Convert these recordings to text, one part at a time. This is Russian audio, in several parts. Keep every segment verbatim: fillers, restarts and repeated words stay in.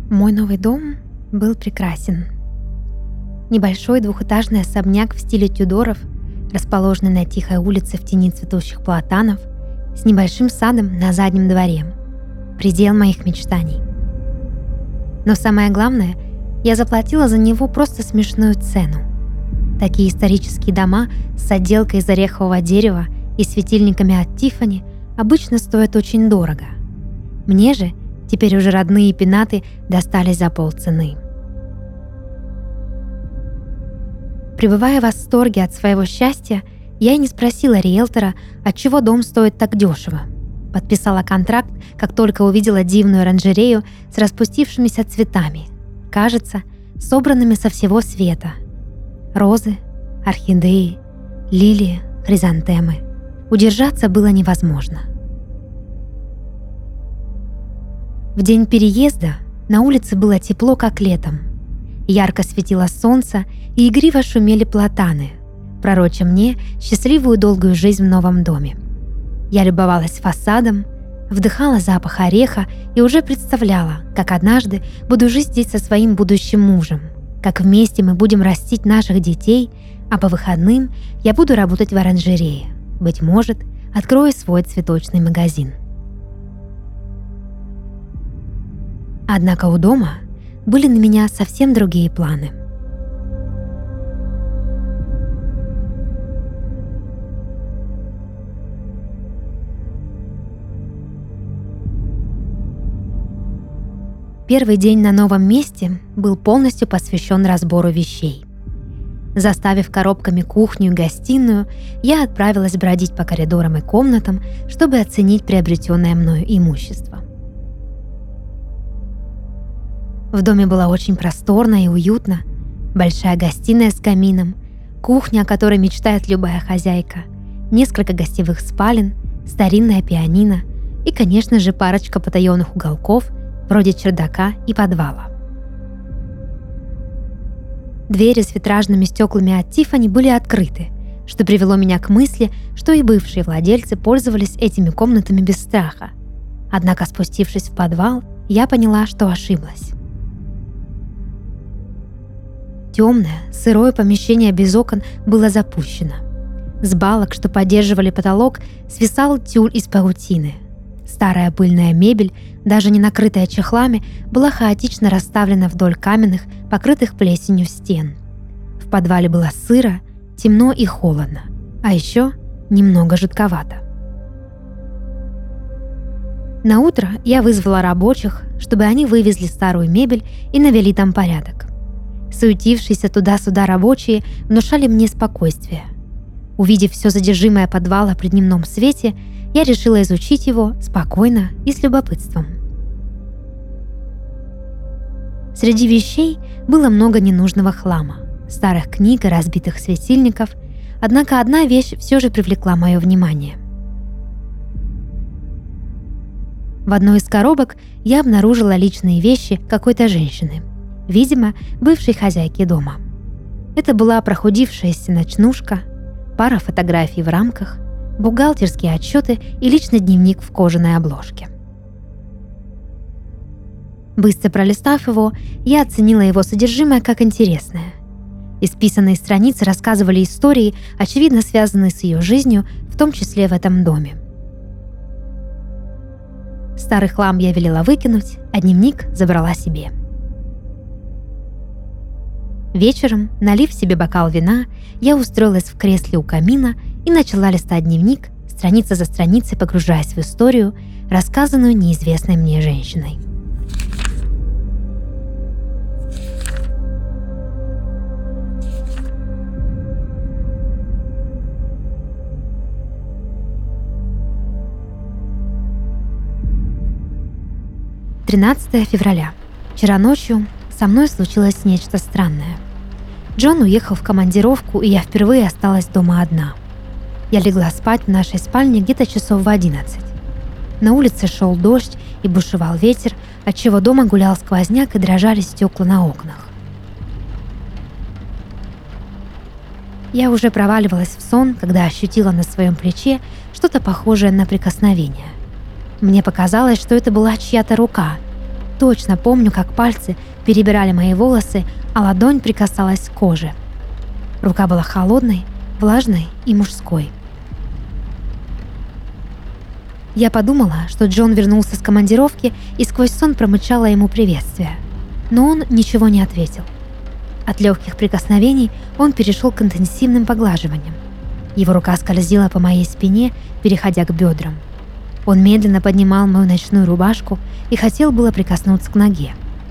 Мой новый дом был прекрасен. Небольшой двухэтажный особняк в стиле Тюдоров, расположенный на тихой улице в тени цветущих платанов, с небольшим садом на заднем дворе. Предел моих мечтаний. Но самое главное, я заплатила за него просто смешную цену. Такие исторические дома с отделкой из орехового дерева и светильниками от Тиффани обычно стоят очень дорого. Мне же теперь уже родные пенаты достались за полцены. Пребывая в восторге от своего счастья, я и не спросила риэлтора, отчего дом стоит так дешево. Подписала контракт, как только увидела дивную оранжерею с распустившимися цветами, кажется, собранными со всего света. Розы, орхидеи, лилии, хризантемы. Удержаться было невозможно. В день переезда на улице было тепло, как летом. Ярко светило солнце и игриво шумели платаны, пророча мне счастливую долгую жизнь в новом доме. Я любовалась фасадом, вдыхала запах ореха и уже представляла, как однажды буду жить здесь со своим будущим мужем, как вместе мы будем растить наших детей, а по выходным я буду работать в оранжерее, быть может, открою свой цветочный магазин. Однако у дома были на меня совсем другие планы. Первый день на новом месте был полностью посвящен разбору вещей. Заставив коробками кухню и гостиную, я отправилась бродить по коридорам и комнатам, чтобы оценить приобретенное мною имущество. В доме было очень просторно и уютно. Большая гостиная с камином, кухня, о которой мечтает любая хозяйка, несколько гостевых спален, старинная пианино и, конечно же, парочка потаенных уголков, вроде чердака и подвала. Двери с витражными стеклами от Тиффани были открыты, что привело меня к мысли, что и бывшие владельцы пользовались этими комнатами без страха. Однако, спустившись в подвал, я поняла, что ошиблась. Темное, сырое помещение без окон было запущено. С балок, что поддерживали потолок, свисал тюль из паутины. Старая пыльная мебель, даже не накрытая чехлами, была хаотично расставлена вдоль каменных, покрытых плесенью стен. В подвале было сыро, темно и холодно, а еще немного жутковато. Наутро я вызвала рабочих, чтобы они вывезли старую мебель и навели там порядок. Суетившиеся туда-сюда рабочие внушали мне спокойствие. Увидев все содержимое подвала при дневном свете, я решила изучить его спокойно и с любопытством. Среди вещей было много ненужного хлама, старых книг и разбитых светильников, однако одна вещь все же привлекла мое внимание. В одной из коробок я обнаружила личные вещи какой-то женщины, видимо, бывшей хозяйки дома. Это была прохудившаяся ночнушка, пара фотографий в рамках, бухгалтерские отчеты и личный дневник в кожаной обложке. Быстро пролистав его, я оценила его содержимое как интересное. Исписанные страницы рассказывали истории, очевидно связанные с ее жизнью, в том числе в этом доме. Старый хлам я велела выкинуть, а дневник забрала себе. Вечером, налив себе бокал вина, я устроилась в кресле у камина и начала листать дневник, страница за страницей погружаясь в историю, рассказанную неизвестной мне женщиной. тринадцатое февраля. Вчера ночью со мной случилось нечто странное. Джон уехал в командировку, и я впервые осталась дома одна. Я легла спать в нашей спальне где-то часов в одиннадцать. На улице шел дождь и бушевал ветер, отчего дома гулял сквозняк и дрожали стекла на окнах. Я уже проваливалась в сон, когда ощутила на своем плече что-то похожее на прикосновение. Мне показалось, что это была чья-то рука. точно помню, как пальцы перебирали мои волосы, а ладонь прикасалась к коже. Рука была холодной, влажной и мужской. Я подумала, что Джон вернулся с командировки и сквозь сон промычала ему приветствие. Но он ничего не ответил. От легких прикосновений он перешел к интенсивным поглаживаниям. Его рука скользила по моей спине, переходя к бедрам. Он медленно поднимал мою ночную рубашку и хотел было прикоснуться к ноге.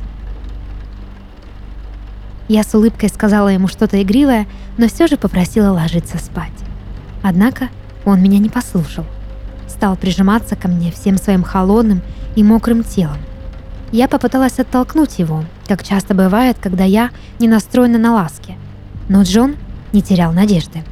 Я с улыбкой сказала ему что-то игривое, но все же попросила ложиться спать. Однако он меня не послушал. Стал прижиматься ко мне всем своим холодным и мокрым телом. Я попыталась оттолкнуть его, как часто бывает, когда я не настроена на ласки. Но Джон не терял надежды.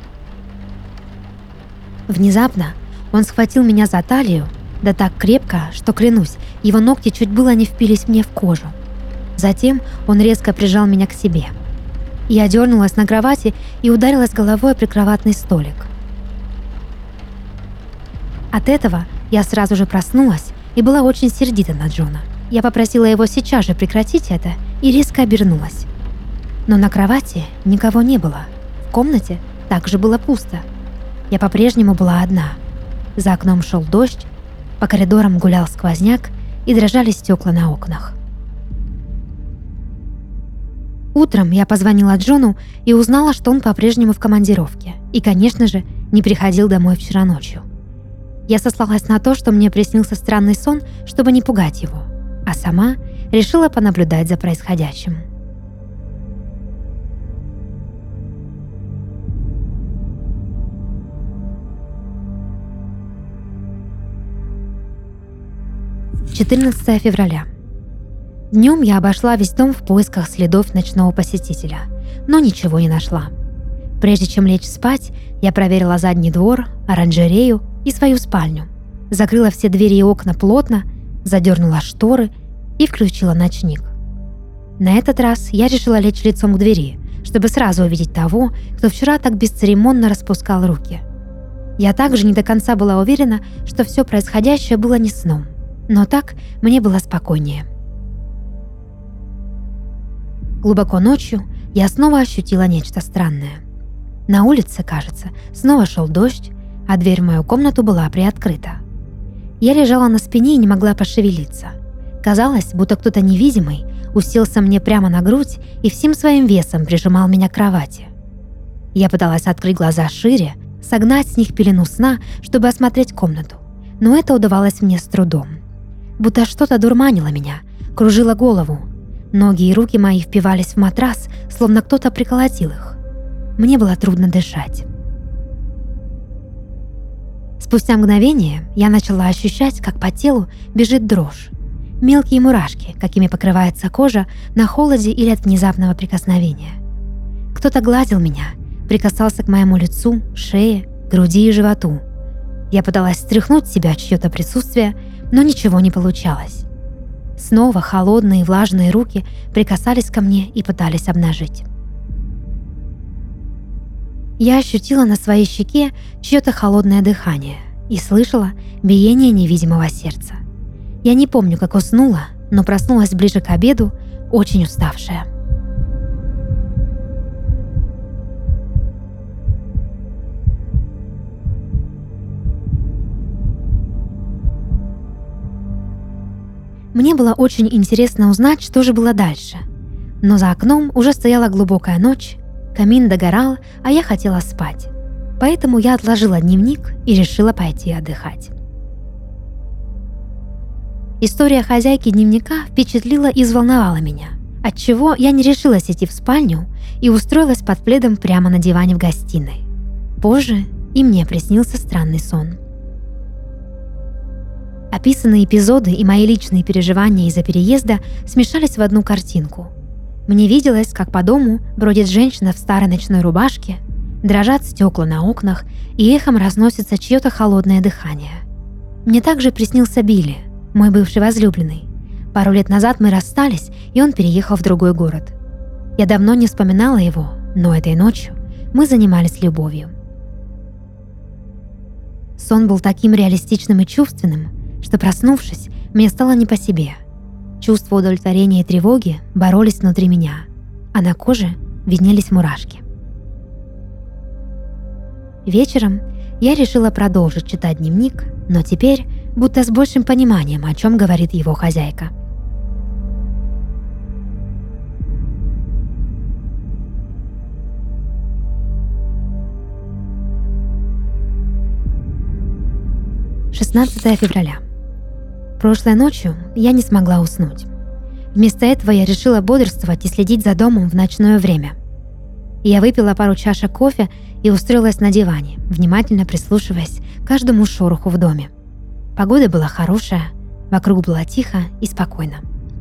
Внезапно он схватил меня за талию, да так крепко, что, клянусь, его ногти чуть было не впились мне в кожу. Затем он резко прижал меня к себе. Я дернулась на кровати и ударилась головой о прикроватный столик. От этого я сразу же проснулась и была очень сердита на Джона. Я попросила его сейчас же прекратить это и резко обернулась. Но на кровати никого не было. В комнате также было пусто. Я по-прежнему была одна. За окном шел дождь, по коридорам гулял сквозняк и дрожали стекла на окнах. Утром я позвонила Джону и узнала, что он по-прежнему в командировке и, конечно же, не приходил домой вчера ночью. Я сослалась на то, что мне приснился странный сон, чтобы не пугать его, а сама решила понаблюдать за происходящим. четырнадцатое февраля. Днем я обошла весь дом в поисках следов ночного посетителя, но ничего не нашла. Прежде чем лечь спать, я проверила задний двор, оранжерею и свою спальню, закрыла все двери и окна плотно, задернула шторы и включила ночник. На этот раз я решила лечь лицом к двери, чтобы сразу увидеть того, кто вчера так бесцеремонно распускал руки. Я также не до конца была уверена, что все происходящее было не сном, но так мне было спокойнее. Глубоко ночью я снова ощутила нечто странное. На улице, кажется, снова шел дождь, а дверь в мою комнату была приоткрыта. Я лежала на спине и не могла пошевелиться. Казалось, будто кто-то невидимый уселся мне прямо на грудь и всем своим весом прижимал меня к кровати. Я пыталась открыть глаза шире, согнать с них пелену сна, чтобы осмотреть комнату, но это удавалось мне с трудом. Будто что-то дурманило меня, кружило голову. Ноги и руки мои впивались в матрас, словно кто-то приколотил их. Мне было трудно дышать. Спустя мгновение я начала ощущать, как по телу бежит дрожь. Мелкие мурашки, какими покрывается кожа на холоде или от внезапного прикосновения. Кто-то гладил меня, прикасался к моему лицу, шее, груди и животу. Я пыталась стряхнуть с себя чье-то присутствие, но ничего не получалось. Снова холодные влажные руки прикасались ко мне и пытались обнажить. Я ощутила на своей щеке чье-то холодное дыхание и слышала биение невидимого сердца. Я не помню, как уснула, но проснулась ближе к обеду, очень уставшая. Мне было очень интересно узнать, что же было дальше. Но за окном уже стояла глубокая ночь, камин догорал, а я хотела спать. Поэтому я отложила дневник и решила пойти отдыхать. История хозяйки дневника впечатлила и взволновала меня, отчего я не решилась идти в спальню и устроилась под пледом прямо на диване в гостиной. Позже и мне приснился странный сон. Описанные эпизоды и мои личные переживания из-за переезда смешались в одну картинку. Мне виделось, как по дому бродит женщина в старой ночной рубашке, дрожат стекла на окнах и эхом разносится чье-то холодное дыхание. Мне также приснился Билли, мой бывший возлюбленный. Пару лет назад мы расстались, и он переехал в другой город. Я давно не вспоминала его, но этой ночью мы занимались любовью. Сон был таким реалистичным и чувственным, что, проснувшись, мне стало не по себе. Чувства удовлетворения и тревоги боролись внутри меня, а на коже виднелись мурашки. Вечером я решила продолжить читать дневник, но теперь будто с большим пониманием, о чем говорит его хозяйка. шестнадцатое февраля. Прошлой ночью я не смогла уснуть. Вместо этого я решила бодрствовать и следить за домом в ночное время. Я выпила пару чашек кофе и устроилась на диване, внимательно прислушиваясь к каждому шороху в доме. Погода была хорошая, вокруг было тихо и спокойно.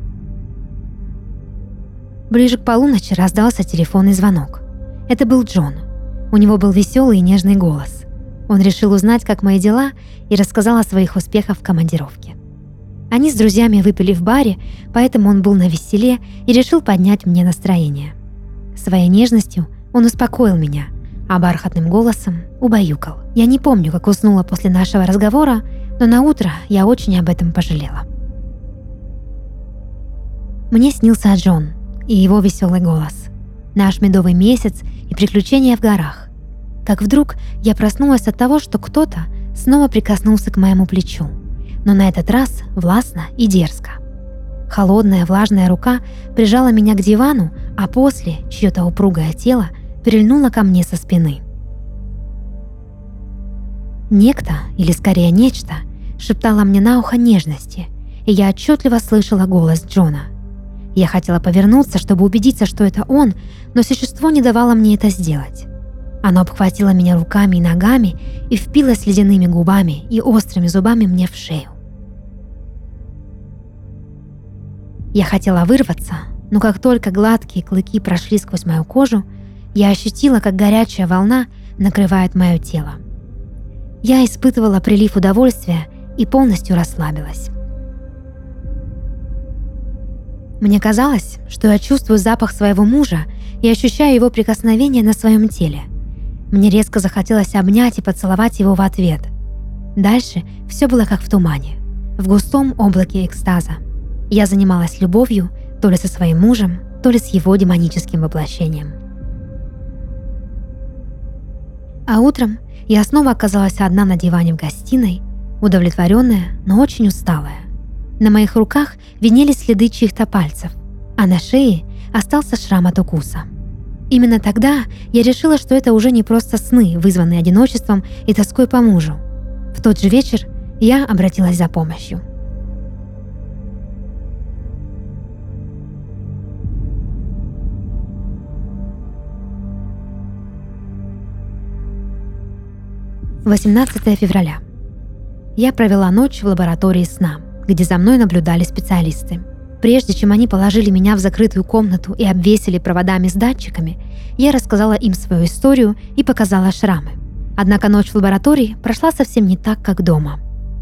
Ближе к полуночи раздался телефонный звонок. Это был Джон. У него был веселый и нежный голос. Он решил узнать, как мои дела, и рассказал о своих успехах в командировке. Они с друзьями выпили в баре, поэтому он был навеселе и решил поднять мне настроение. Своей нежностью он успокоил меня, а бархатным голосом убаюкал. Я не помню, как уснула после нашего разговора, но на утро я очень об этом пожалела. Мне снился Джон и его веселый голос, наш медовый месяц и приключения в горах. Как вдруг я проснулась от того, что кто-то снова прикоснулся к моему плечу, но на этот раз властно и дерзко. Холодная влажная рука прижала меня к дивану, а после чье-то упругое тело прильнуло ко мне со спины. Некто, или скорее нечто, шептало мне на ухо нежности, и я отчетливо слышала голос Джона. Я хотела повернуться, чтобы убедиться, что это он, но существо не давало мне это сделать. Оно обхватило меня руками и ногами и впилось ледяными губами и острыми зубами мне в шею. Я хотела вырваться, но как только гладкие клыки прошли сквозь мою кожу, я ощутила, как горячая волна накрывает мое тело. Я испытывала прилив удовольствия и полностью расслабилась. Мне казалось, что я чувствую запах своего мужа и ощущаю его прикосновение на своем теле. Мне резко захотелось обнять и поцеловать его в ответ. Дальше все было как в тумане, в густом облаке экстаза. Я занималась любовью то ли со своим мужем, то ли с его демоническим воплощением. А утром я снова оказалась одна на диване в гостиной, удовлетворенная, но очень усталая. На моих руках виднелись следы чьих-то пальцев, а на шее остался шрам от укуса. Именно тогда я решила, что это уже не просто сны, вызванные одиночеством и тоской по мужу. В тот же вечер я обратилась за помощью. восемнадцатое февраля. Я провела ночь в лаборатории сна, где за мной наблюдали специалисты. Прежде чем они положили меня в закрытую комнату и обвесили проводами с датчиками, я рассказала им свою историю и показала шрамы. Однако ночь в лаборатории прошла совсем не так, как дома.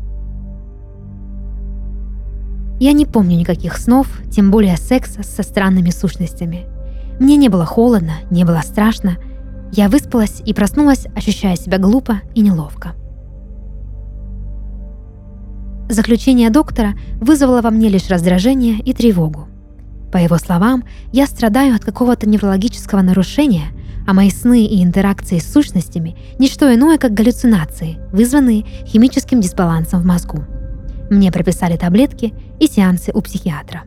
Я не помню никаких снов, тем более секса со странными сущностями. Мне не было холодно, не было страшно. Я выспалась и проснулась, ощущая себя глупо и неловко. Заключение доктора вызвало во мне лишь раздражение и тревогу. По его словам, я страдаю от какого-то неврологического нарушения, а мои сны и интеракции с сущностями – не что иное, как галлюцинации, вызванные химическим дисбалансом в мозгу. Мне прописали таблетки и сеансы у психиатра.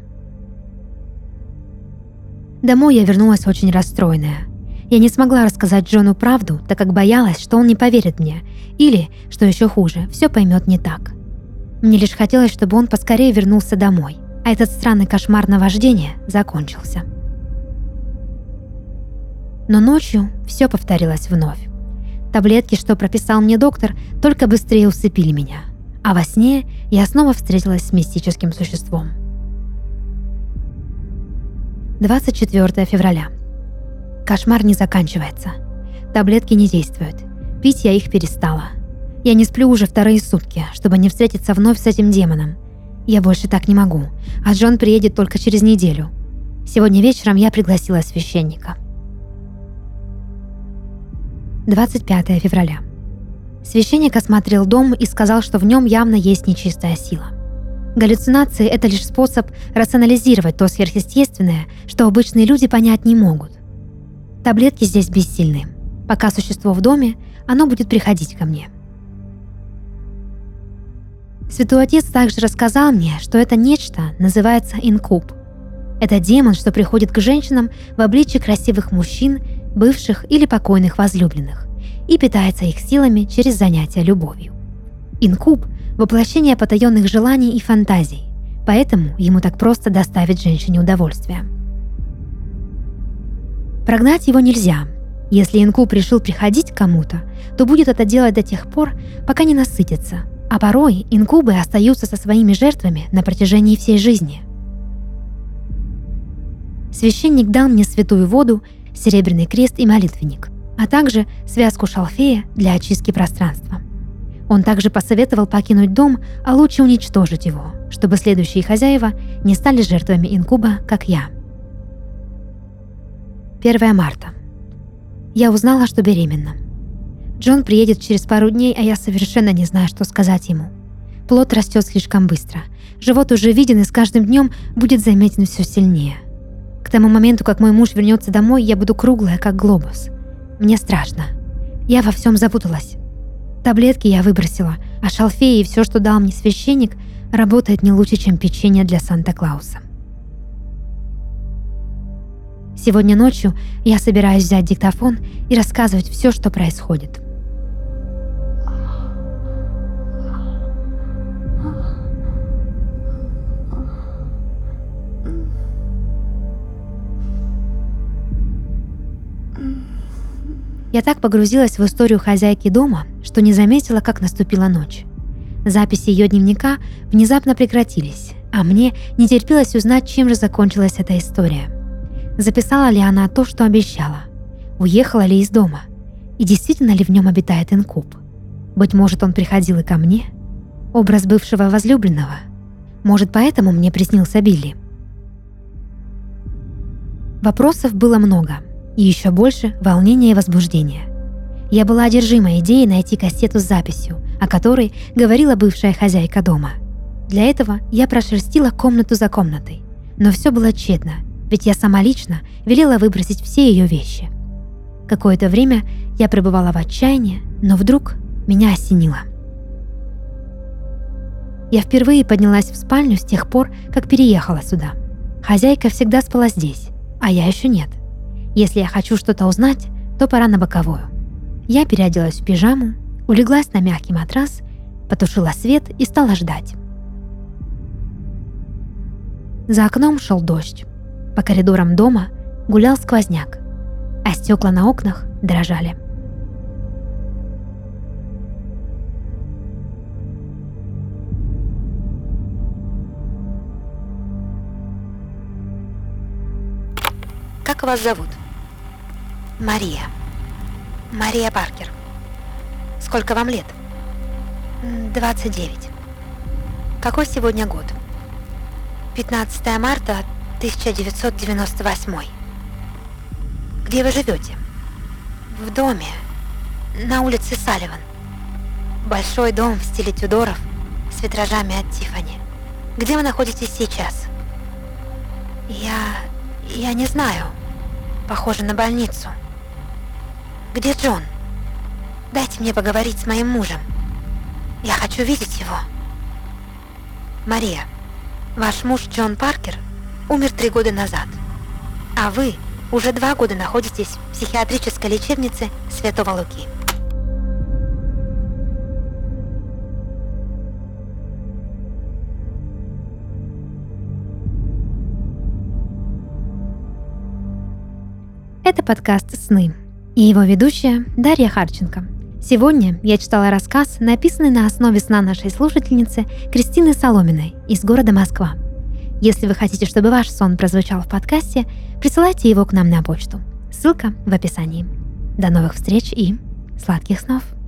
Домой я вернулась очень расстроенная. Я не смогла рассказать Джону правду, так как боялась, что он не поверит мне, или, что еще хуже, все поймет не так. Мне лишь хотелось, чтобы он поскорее вернулся домой, а этот странный кошмар наваждения закончился. Но ночью все повторилось вновь. Таблетки, что прописал мне доктор, только быстрее усыпили меня, а во сне я снова встретилась с мистическим существом. двадцать четвёртое февраля. Кошмар не заканчивается. Таблетки не действуют. Пить я их перестала. Я не сплю уже вторые сутки, чтобы не встретиться вновь с этим демоном. Я больше так не могу, а Джон приедет только через неделю. Сегодня вечером я пригласила священника. двадцать пятое февраля. Священник осмотрел дом и сказал, что в нем явно есть нечистая сила. Галлюцинации – это лишь способ рационализировать то сверхъестественное, что обычные люди понять не могут. Таблетки здесь бессильны. Пока существо в доме, оно будет приходить ко мне. Святой Отец также рассказал мне, что это нечто называется инкуб. Это демон, что приходит к женщинам в обличии красивых мужчин, бывших или покойных возлюбленных, и питается их силами через занятия любовью. Инкуб – воплощение потаенных желаний и фантазий, поэтому ему так просто доставить женщине удовольствие. Прогнать его нельзя. Если инкуб решил приходить к кому-то, то будет это делать до тех пор, пока не насытится, а порой инкубы остаются со своими жертвами на протяжении всей жизни. Священник дал мне святую воду, серебряный крест и молитвенник, а также связку шалфея для очистки пространства. Он также посоветовал покинуть дом, а лучше уничтожить его, чтобы следующие хозяева не стали жертвами инкуба, как я. первое марта. Я узнала, что беременна. Джон приедет через пару дней, а я совершенно не знаю, что сказать ему. Плод растет слишком быстро. Живот уже виден и с каждым днем будет заметен все сильнее. К тому моменту, как мой муж вернется домой, я буду круглая, как глобус. Мне страшно. Я во всем запуталась. Таблетки я выбросила, а шалфей и все, что дал мне священник, работает не лучше, чем печенье для Санта-Клауса. Сегодня ночью я собираюсь взять диктофон и рассказывать все, что происходит. Я так погрузилась в историю хозяйки дома, что не заметила, как наступила ночь. Записи ее дневника внезапно прекратились, а мне не терпелось узнать, чем же закончилась эта история. Записала ли она то, что обещала? Уехала ли из дома? И действительно ли в нем обитает инкуб? Быть может, он приходил и ко мне? Образ бывшего возлюбленного? Может, поэтому мне приснился Билли? Вопросов было много. И еще больше волнения и возбуждения. Я была одержима идеей найти кассету с записью, о которой говорила бывшая хозяйка дома. Для этого я прошерстила комнату за комнатой. Но все было тщетно, ведь я сама лично велела выбросить все ее вещи. Какое-то время я пребывала в отчаянии, но вдруг меня осенило. Я впервые поднялась в спальню с тех пор, как переехала сюда. Хозяйка всегда спала здесь, а я еще нет. Если я хочу что-то узнать, то пора на боковую. Я переоделась в пижаму, улеглась на мягкий матрас, потушила свет и стала ждать. За окном шел дождь. По коридорам дома гулял сквозняк, а стекла на окнах дрожали. Как вас зовут? Мария. Мария Паркер. Сколько вам лет? двадцать девять. Какой сегодня год? пятнадцатое марта тысяча девятьсот девяносто восьмой. Где вы живете? В доме. На улице Салливан. Большой дом в стиле Тюдоров с витражами от Тиффани. Где вы находитесь сейчас? Я... я не знаю. Похоже на больницу. Где Джон? Дайте мне поговорить с моим мужем. Я хочу видеть его. Мария, ваш муж Джон Паркер умер три года назад, а вы уже два года находитесь в психиатрической лечебнице Святого Луки. Это подкаст «Сны» и его ведущая Дарья Харченко. Сегодня я читала рассказ, написанный на основе сна нашей слушательницы Кристины Соломиной из города Москва. Если вы хотите, чтобы ваш сон прозвучал в подкасте, присылайте его к нам на почту. Ссылка в описании. До новых встреч и сладких снов!